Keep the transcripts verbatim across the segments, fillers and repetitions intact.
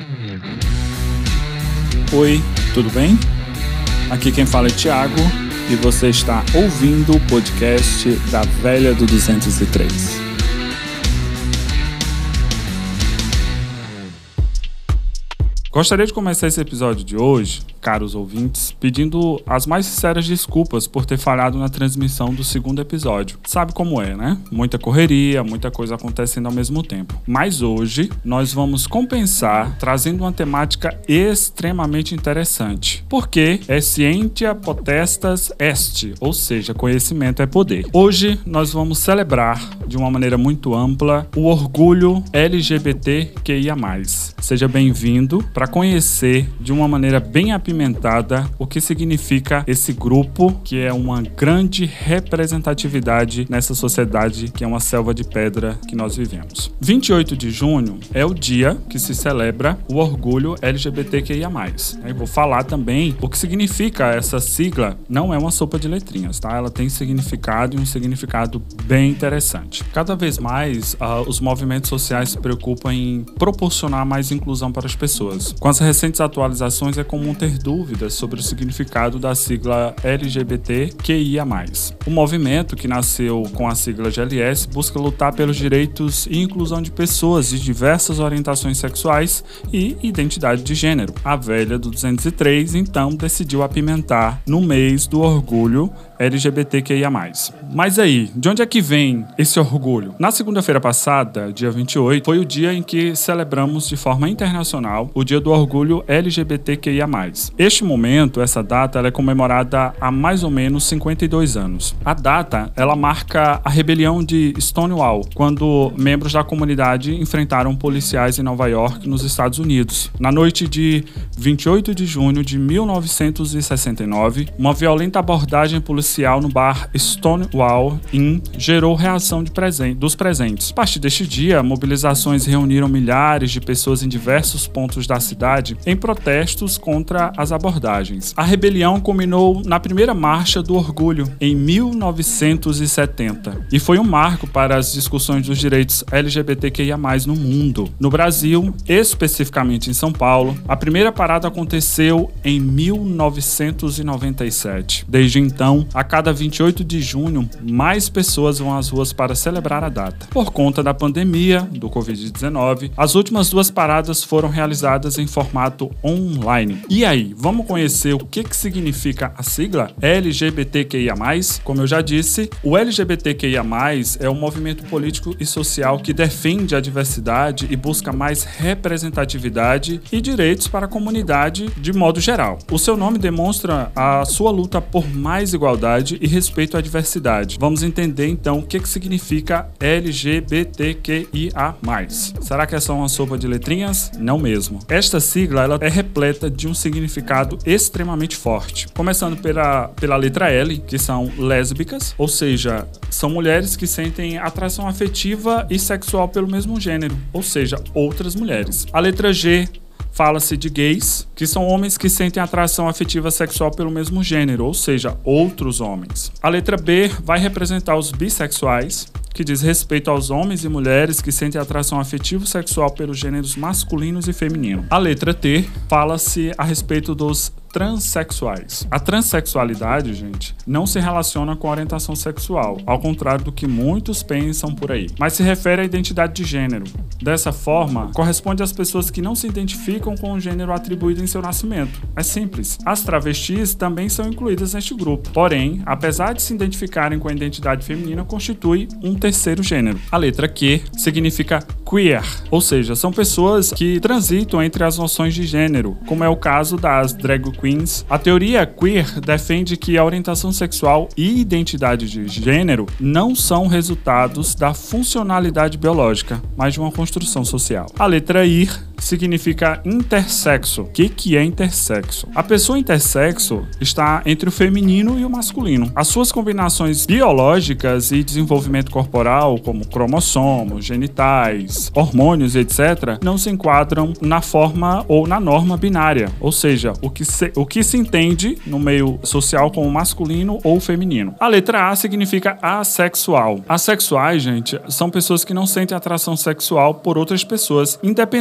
Oi, tudo bem? Aqui quem fala é Thiago e você está ouvindo o podcast da Velha do duzentos e três. Gostaria de começar esse episódio de hoje, caros ouvintes, pedindo as mais sinceras desculpas por ter falhado na transmissão do segundo episódio. Sabe como é, né? Muita correria, muita coisa acontecendo ao mesmo tempo. Mas hoje nós vamos compensar trazendo uma temática extremamente interessante. Porque é scientia potestas est, ou seja, conhecimento é poder. Hoje nós vamos celebrar de uma maneira muito ampla o orgulho L G B T Q I A mais. Seja bem-vindo para conhecer de uma maneira bem apimentada o que significa esse grupo, que é uma grande representatividade nessa sociedade que é uma selva de pedra que nós vivemos. vinte e oito de junho é o dia que se celebra o orgulho L G B T Q I A mais. Eu vou falar também o que significa essa sigla. Não é uma sopa de letrinhas, tá? Ela tem significado e um significado bem interessante. Cada vez mais, uh, os movimentos sociais se preocupam em proporcionar mais inclusão para as pessoas. Com as recentes atualizações, é comum ter dúvidas sobre o significado da sigla L G B T Q I A mais. O movimento, que nasceu com a sigla G L S, busca lutar pelos direitos e inclusão de pessoas de diversas orientações sexuais e identidade de gênero. A Velha do duzentos e três, então, decidiu apimentar no mês do orgulho L G B T Q I A mais. Mas aí, de onde é que vem esse orgulho? Na segunda-feira passada, dia vinte e oito, foi o dia em que celebramos de forma internacional o Dia do Orgulho L G B T Q I A mais. Este momento, essa data, ela é comemorada há mais ou menos cinquenta e dois anos. A data, ela marca a rebelião de Stonewall, quando membros da comunidade enfrentaram policiais em Nova York, nos Estados Unidos. Na noite de vinte e oito de junho de mil novecentos e sessenta e nove, uma violenta abordagem policial no bar Stonewall Inn gerou reação de presen- dos presentes. A partir deste dia, mobilizações reuniram milhares de pessoas em diversos pontos da cidade em protestos contra as abordagens. A rebelião culminou na primeira Marcha do Orgulho, em mil novecentos e setenta, e foi um marco para as discussões dos direitos L G B T Q I A mais no mundo. No Brasil, especificamente em São Paulo, a primeira parada aconteceu em mil novecentos e noventa e sete. Desde então, a cada vinte e oito de junho, mais pessoas vão às ruas para celebrar a data. Por conta da pandemia do covid dezenove, as últimas duas paradas foram realizadas em formato online. E aí, vamos conhecer o que, que significa a sigla L G B T Q I A mais? Como eu já disse, o L G B T Q I A mais, é um movimento político e social que defende a diversidade e busca mais representatividade e direitos para a comunidade de modo geral. O seu nome demonstra a sua luta por mais igualdade e respeito à diversidade. Vamos entender então o que, que significa L G B T Q I A mais. Será que é só uma sopa de letrinhas? Não mesmo. Esta sigla, ela é repleta de um significado extremamente forte. Começando pela, pela letra L, que são lésbicas, ou seja, são mulheres que sentem atração afetiva e sexual pelo mesmo gênero, ou seja, outras mulheres. A letra G, fala-se de gays, que são homens que sentem atração afetiva sexual pelo mesmo gênero, ou seja, outros homens. A letra B vai representar os bissexuais, que diz respeito aos homens e mulheres que sentem atração afetivo sexual pelos gêneros masculinos e feminino. A letra T fala-se a respeito dos transexuais. A transexualidade, gente, não se relaciona com a orientação sexual, ao contrário do que muitos pensam por aí, mas se refere à identidade de gênero. Dessa forma, corresponde às pessoas que não se identificam com o gênero atribuído em seu nascimento. É simples. As travestis também são incluídas neste grupo. Porém, apesar de se identificarem com a identidade feminina, constitui um terceiro gênero. A letra Q significa queer, ou seja, são pessoas que transitam entre as noções de gênero, como é o caso das drag queens. A teoria queer defende que a orientação sexual e identidade de gênero não são resultados da funcionalidade biológica, mas de uma construção social. A letra I significa intersexo. O que, que é intersexo? A pessoa intersexo está entre o feminino e o masculino. As suas combinações biológicas e desenvolvimento corporal, como cromossomos, genitais, hormônios, etcétera, não se enquadram na forma ou na norma binária, ou seja, o que se, o que se entende no meio social como masculino ou feminino. A letra A significa assexual. Assexuais, gente, são pessoas que não sentem atração sexual por outras pessoas, independente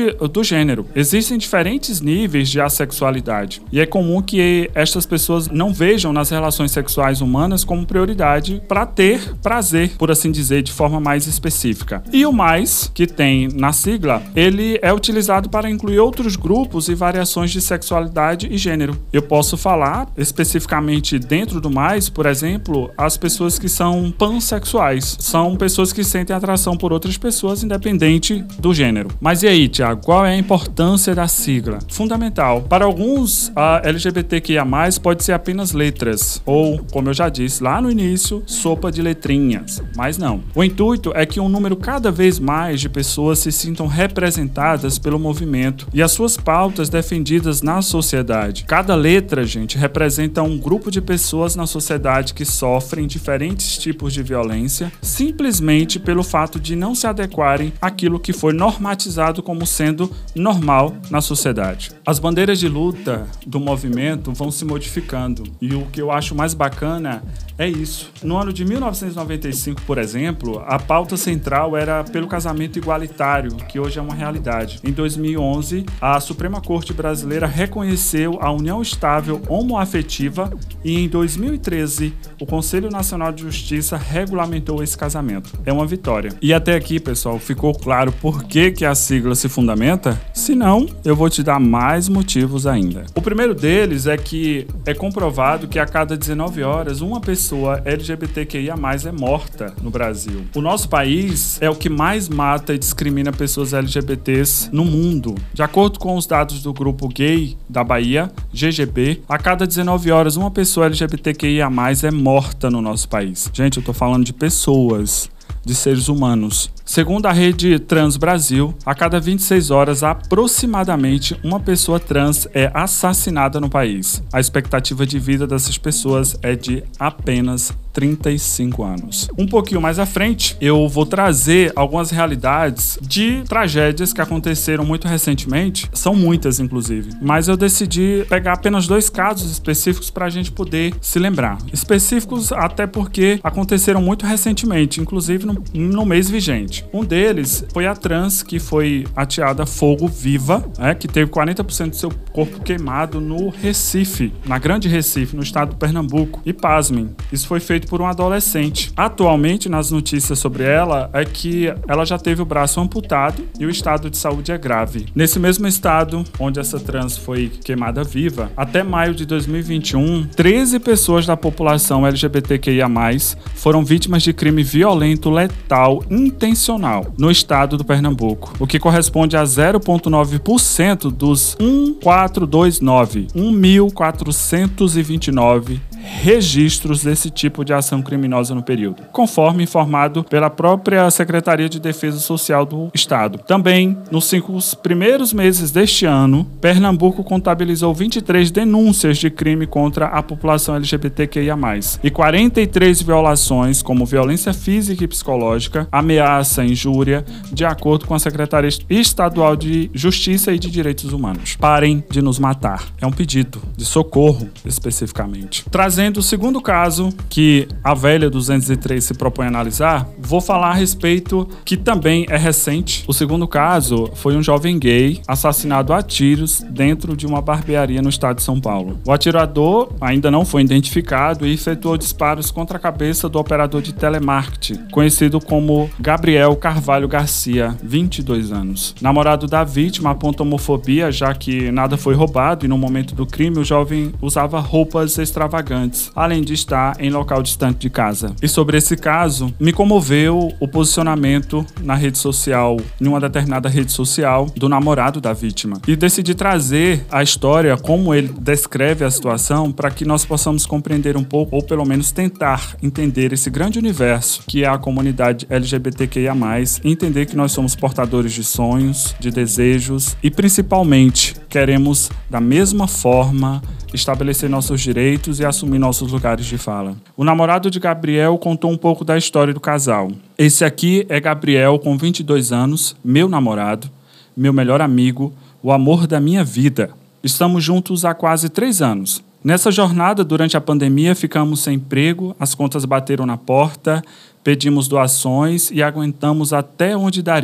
depende do gênero. Existem diferentes níveis de assexualidade e é comum que estas pessoas não vejam nas relações sexuais humanas como prioridade para ter prazer, por assim dizer, de forma mais específica. E o mais, que tem na sigla, ele é utilizado para incluir outros grupos e variações de sexualidade e gênero. Eu posso falar especificamente dentro do mais, por exemplo, as pessoas que são pansexuais. São pessoas que sentem atração por outras pessoas, independente do gênero. Mas e aí, Tiago, qual é a importância da sigla? Fundamental. Para alguns, a L G B T Q I A mais, pode ser apenas letras, ou, como eu já disse lá no início, sopa de letrinhas. Mas não. O intuito é que um número cada vez mais de pessoas se sintam representadas pelo movimento e as suas pautas defendidas na sociedade. Cada letra, gente, representa um grupo de pessoas na sociedade que sofrem diferentes tipos de violência, simplesmente pelo fato de não se adequarem àquilo que foi normatizado como sendo normal na sociedade. As bandeiras de luta do movimento vão se modificando e o que eu acho mais bacana é isso. No ano de mil novecentos e noventa e cinco, por exemplo, a pauta central era pelo casamento igualitário, que hoje é uma realidade. Em dois mil e onze, a Suprema Corte Brasileira reconheceu a união estável homoafetiva e em dois mil e treze, o Conselho Nacional de Justiça regulamentou esse casamento. É uma vitória. E até aqui, pessoal, ficou claro por que, que a sigla se fundamenta? Se não, eu vou te dar mais motivos ainda. O primeiro deles é que é comprovado que a cada dezenove horas, uma pessoa L G B T Q I A mais, é morta no Brasil. O nosso país é o que mais mata e discrimina pessoas L G B Ts no mundo. De acordo com os dados do Grupo Gay da Bahia, G G B, a cada dezenove horas, uma pessoa L G B T Q I A mais, é morta no nosso país. Gente, eu tô falando de pessoas, de seres humanos. Segundo a Rede Trans Brasil, a cada vinte e seis horas, aproximadamente uma pessoa trans é assassinada no país. A expectativa de vida dessas pessoas é de apenas trinta e cinco anos. Um pouquinho mais à frente, eu vou trazer algumas realidades de tragédias que aconteceram muito recentemente. São muitas, inclusive. Mas eu decidi pegar apenas dois casos específicos para a gente poder se lembrar. Específicos até porque aconteceram muito recentemente, inclusive no, no mês vigente. Um deles foi a trans que foi ateada a fogo viva, né, que teve quarenta por cento do seu corpo queimado no Recife, na Grande Recife, no estado do Pernambuco. E pasmem, isso foi feito por um adolescente. Atualmente, nas notícias sobre ela, é que ela já teve o braço amputado e o estado de saúde é grave. Nesse mesmo estado, onde essa trans foi queimada viva, até maio de dois mil e vinte e um, treze pessoas da população L G B T Q I A mais, foram vítimas de crime violento, letal, intencional no estado do Pernambuco, o que corresponde a zero vírgula nove por cento dos mil quatrocentos e vinte e nove, mil quatrocentos e vinte e nove registros desse tipo de ação criminosa no período, conforme informado pela própria Secretaria de Defesa Social do Estado. Também, nos cinco primeiros meses deste ano, Pernambuco contabilizou vinte e três denúncias de crime contra a população L G B T Q I A mais, e quarenta e três violações, como violência física e psicológica, ameaça, injúria, de acordo com a Secretaria Estadual de Justiça e de Direitos Humanos. Parem de nos matar. É um pedido de socorro, especificamente. Trazendo o segundo caso que a velha duzentos e três se propõe a analisar, vou falar a respeito que também é recente. O segundo caso foi um jovem gay assassinado a tiros dentro de uma barbearia no estado de São Paulo. O atirador ainda não foi identificado e efetuou disparos contra a cabeça do operador de telemarketing, conhecido como Gabriel Carvalho Garcia, vinte e dois anos. Namorado da vítima aponta homofobia, já que nada foi roubado e no momento do crime o jovem usava roupas extravagantes, além de estar em local distante de casa. E sobre esse caso, me comoveu o posicionamento na rede social, em uma determinada rede social, do namorado da vítima. E decidi trazer a história, como ele descreve a situação, para que nós possamos compreender um pouco, ou pelo menos tentar entender esse grande universo que é a comunidade L G B T Q I A mais, e entender que nós somos portadores de sonhos, de desejos e, principalmente, queremos, da mesma forma, estabelecer nossos direitos e assumir nossos lugares de fala. O namorado de Gabriel contou um pouco da história do casal. Esse aqui é Gabriel, com vinte e dois anos, meu namorado, meu melhor amigo, o amor da minha vida. Estamos juntos há quase três anos. Nessa jornada, durante a pandemia, ficamos sem emprego, as contas bateram na porta, pedimos doações e aguentamos até onde daria.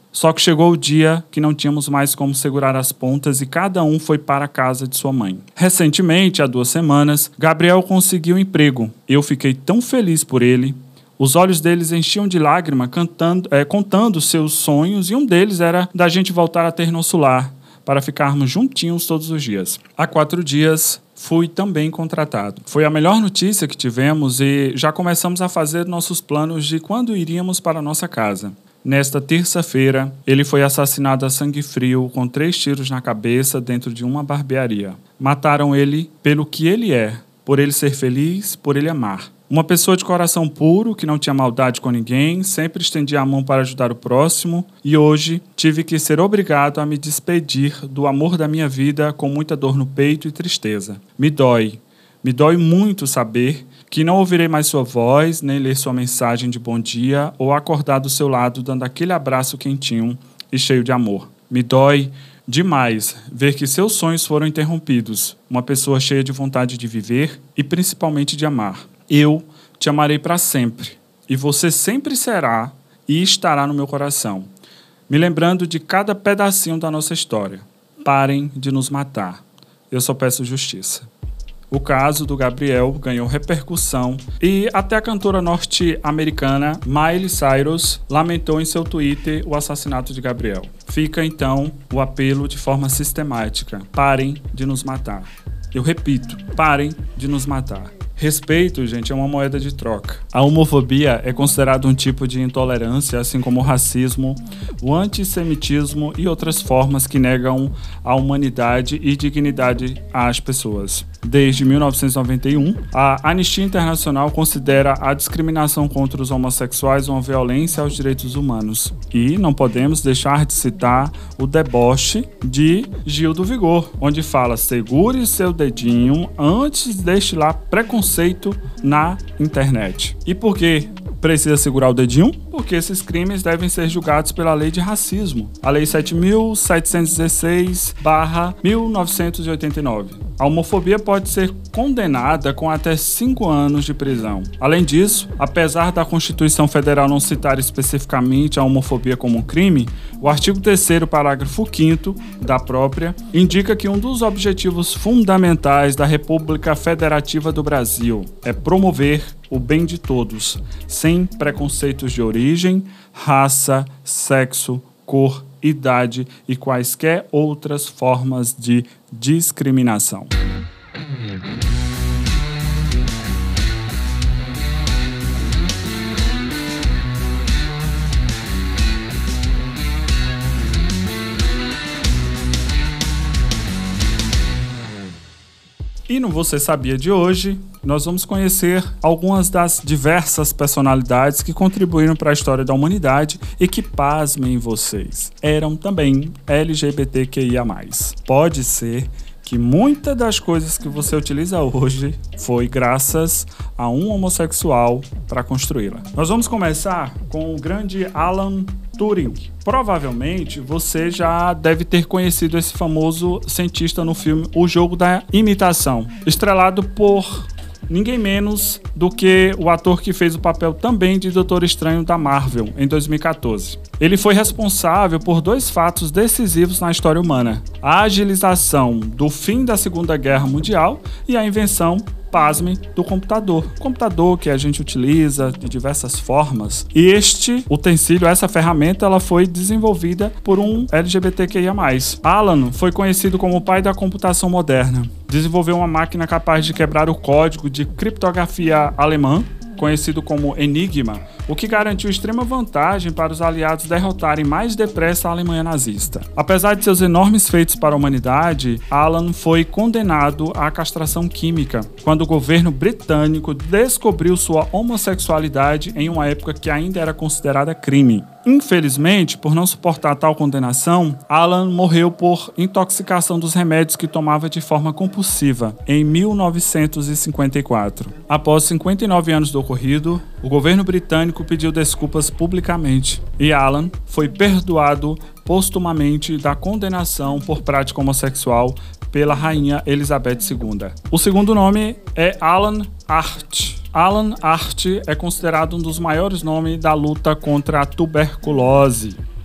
Só que chegou o dia que não tínhamos mais como segurar as pontas e cada um foi para a casa de sua mãe. Recentemente, há duas semanas, Gabriel conseguiu um emprego. Eu fiquei tão feliz por ele. Os olhos deles enchiam de lágrima, cantando, é, contando seus sonhos, e um deles era da gente voltar a ter nosso lar, para ficarmos juntinhos todos os dias. Há quatro dias, fui também contratado. Foi a melhor notícia que tivemos e já começamos a fazer nossos planos de quando iríamos para a nossa casa. Nesta terça-feira, ele foi assassinado a sangue frio com três tiros na cabeça dentro de uma barbearia. Mataram ele pelo que ele é, por ele ser feliz, por ele amar. Uma pessoa de coração puro, que não tinha maldade com ninguém, sempre estendia a mão para ajudar o próximo, e hoje tive que ser obrigado a me despedir do amor da minha vida com muita dor no peito e tristeza. Me dói, me dói muito saber que não ouvirei mais sua voz, nem ler sua mensagem de bom dia ou acordar do seu lado dando aquele abraço quentinho e cheio de amor. Me dói demais ver que seus sonhos foram interrompidos, uma pessoa cheia de vontade de viver e principalmente de amar. Eu te amarei para sempre, e você sempre será e estará no meu coração, me lembrando de cada pedacinho da nossa história. Parem de nos matar. Eu só peço justiça. O caso do Gabriel ganhou repercussão e até a cantora norte-americana Miley Cyrus lamentou em seu Twitter o assassinato de Gabriel. Fica então o apelo de forma sistemática. Parem de nos matar. Eu repito, parem de nos matar. Respeito, gente, é uma moeda de troca. A homofobia é considerada um tipo de intolerância, assim como o racismo, o antissemitismo e outras formas que negam a humanidade e dignidade às pessoas. Desde mil novecentos e noventa e um, a Anistia Internacional considera a discriminação contra os homossexuais uma violência aos direitos humanos. E não podemos deixar de citar o deboche de Gil do Vigor, onde fala: segure seu dedinho antes de destilar preconceito na internet. E por que precisa segurar o dedinho? Porque esses crimes devem ser julgados pela lei de racismo, a Lei sete mil setecentos e dezesseis barra mil novecentos e oitenta e nove. A homofobia pode ser condenada com até cinco anos de prisão. Além disso, apesar da Constituição Federal não citar especificamente a homofobia como um crime, o artigo terceiro, parágrafo quinto da própria, indica que um dos objetivos fundamentais da República Federativa do Brasil é promover o bem de todos, sem preconceitos de origem, raça, sexo, cor, idade e quaisquer outras formas de discriminação. E no Você Sabia de hoje, nós vamos conhecer algumas das diversas personalidades que contribuíram para a história da humanidade e que, pasmem vocês, eram também L G B T Q I A mais. Pode ser que muitas das coisas que você utiliza hoje foi graças a um homossexual para construí-la. Nós vamos começar com o grande Alan Turing. Provavelmente você já deve ter conhecido esse famoso cientista no filme O Jogo da Imitação, estrelado por ninguém menos do que o ator que fez o papel também de Doutor Estranho da Marvel em dois mil e quatorze. Ele foi responsável por dois fatos decisivos na história humana: a agilização do fim da Segunda Guerra Mundial e a invenção, pasme, do computador. O computador que a gente utiliza de diversas formas. E este utensílio, essa ferramenta, ela foi desenvolvida por um L G B T Q I A mais. Alan foi conhecido como o pai da computação moderna. Desenvolveu uma máquina capaz de quebrar o código de criptografia alemã, conhecido como Enigma, o que garantiu extrema vantagem para os aliados derrotarem mais depressa a Alemanha nazista. Apesar de seus enormes feitos para a humanidade, Alan foi condenado à castração química quando o governo britânico descobriu sua homossexualidade em uma época que ainda era considerada crime. Infelizmente, por não suportar tal condenação, Alan morreu por intoxicação dos remédios que tomava de forma compulsiva em mil novecentos e cinquenta e quatro. Após cinquenta e nove anos do ocorrido, o governo britânico pediu desculpas publicamente e Alan foi perdoado postumamente da condenação por prática homossexual pela rainha Elizabeth segunda. O segundo nome é Alan Hart. Alan Hart é considerado um dos maiores nomes da luta contra a tuberculose.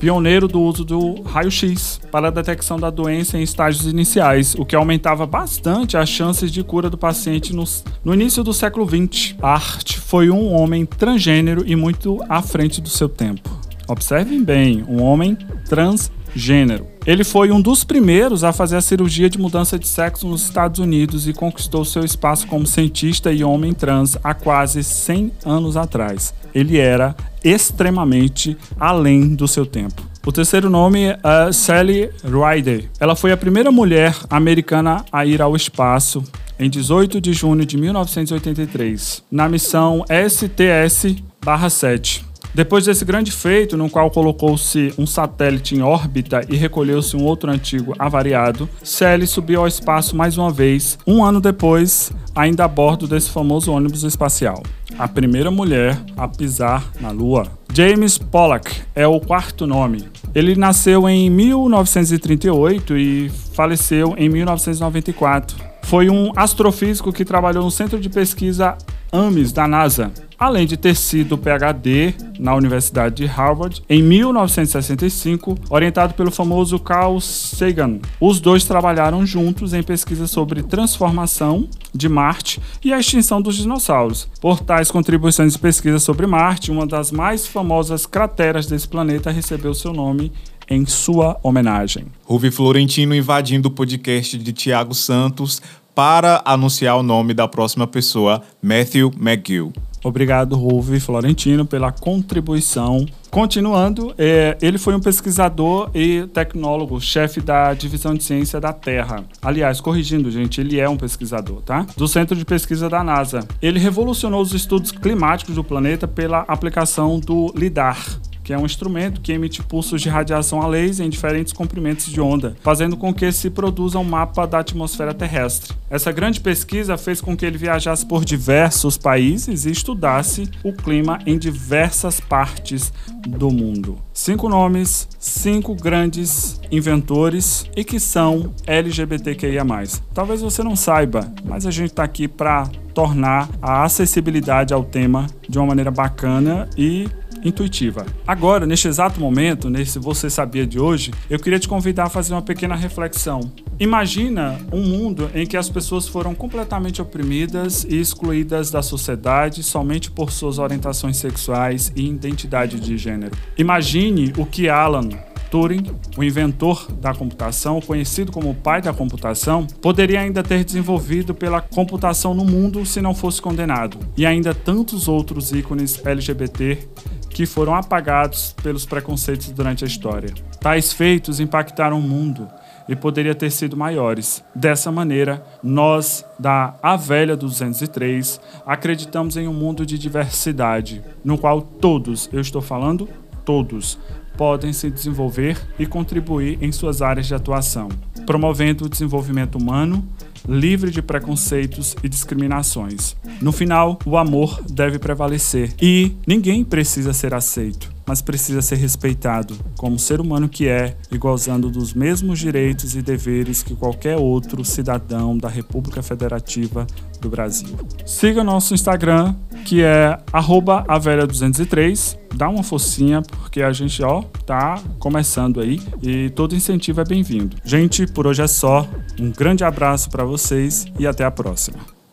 pioneiro do uso do raio-x para a detecção da doença em estágios iniciais, o que aumentava bastante as chances de cura do paciente no, no início do século vinte. Hart foi um homem transgênero e muito à frente do seu tempo. Observem bem, um homem transgênero. Ele foi um dos primeiros a fazer a cirurgia de mudança de sexo nos Estados Unidos e conquistou seu espaço como cientista e homem trans há quase cem anos atrás. Ele era extremamente além do seu tempo. O terceiro nome é Sally Ride. Ela foi a primeira mulher americana a ir ao espaço em dezoito de junho de mil novecentos e oitenta e três, na missão S T S sete. Depois desse grande feito, no qual colocou-se um satélite em órbita e recolheu-se um outro antigo avariado, Sally subiu ao espaço mais uma vez, um ano depois, ainda a bordo desse famoso ônibus espacial. A primeira mulher a pisar na Lua. James Pollack é o quarto nome. Ele nasceu em mil novecentos e trinta e oito e faleceu em mil novecentos e noventa e quatro. Foi um astrofísico que trabalhou no Centro de Pesquisa Ames da NASA, além de ter sido P H D na Universidade de Harvard em mil novecentos e sessenta e cinco, orientado pelo famoso Carl Sagan. Os dois trabalharam juntos em pesquisa sobre transformação de Marte e a extinção dos dinossauros. Por tais contribuições de pesquisa sobre Marte, uma das mais famosas crateras desse planeta recebeu seu nome em sua homenagem. Ruvi Florentino invadindo o podcast de Thiago Santos para anunciar o nome da próxima pessoa, Matthew McGill. Obrigado, Ruvi Florentino, pela contribuição. Continuando, é, ele foi um pesquisador e tecnólogo, chefe da Divisão de Ciência da Terra. Aliás, corrigindo, gente, ele é um pesquisador, tá? Do Centro de Pesquisa da NASA. Ele revolucionou os estudos climáticos do planeta pela aplicação do LIDAR, que é um instrumento que emite pulsos de radiação a laser em diferentes comprimentos de onda, fazendo com que se produza um mapa da atmosfera terrestre. Essa grande pesquisa fez com que ele viajasse por diversos países e estudasse o clima em diversas partes do mundo. Cinco nomes, cinco grandes inventores e que são L G B T Q I A mais. Talvez você não saiba, mas a gente está aqui para tornar a acessibilidade ao tema de uma maneira bacana e intuitiva. Agora, neste exato momento, nesse Você Sabia de hoje, eu queria te convidar a fazer uma pequena reflexão. Imagina um mundo em que as pessoas foram completamente oprimidas e excluídas da sociedade somente por suas orientações sexuais e identidade de gênero. Imagine o que Alan Turing, o inventor da computação, conhecido como o pai da computação, poderia ainda ter desenvolvido pela computação no mundo se não fosse condenado. E ainda tantos outros ícones L G B T que foram apagados pelos preconceitos durante a história. Tais feitos impactaram o mundo e poderia ter sido maiores. Dessa maneira, nós, da A Velha do duzentos e três, acreditamos em um mundo de diversidade, no qual todos, eu estou falando todos, podem se desenvolver e contribuir em suas áreas de atuação, promovendo o desenvolvimento humano, livre de preconceitos e discriminações. No final, o amor deve prevalecer e ninguém precisa ser aceito, mas precisa ser respeitado como ser humano que é e gozando dos mesmos direitos e deveres que qualquer outro cidadão da República Federativa do Brasil. Siga nosso Instagram, que é arroba a velha duzentos e três. Dá uma focinha, porque a gente, ó, tá começando aí e todo incentivo é bem-vindo. Gente, por hoje é só. Um grande abraço para vocês e até a próxima.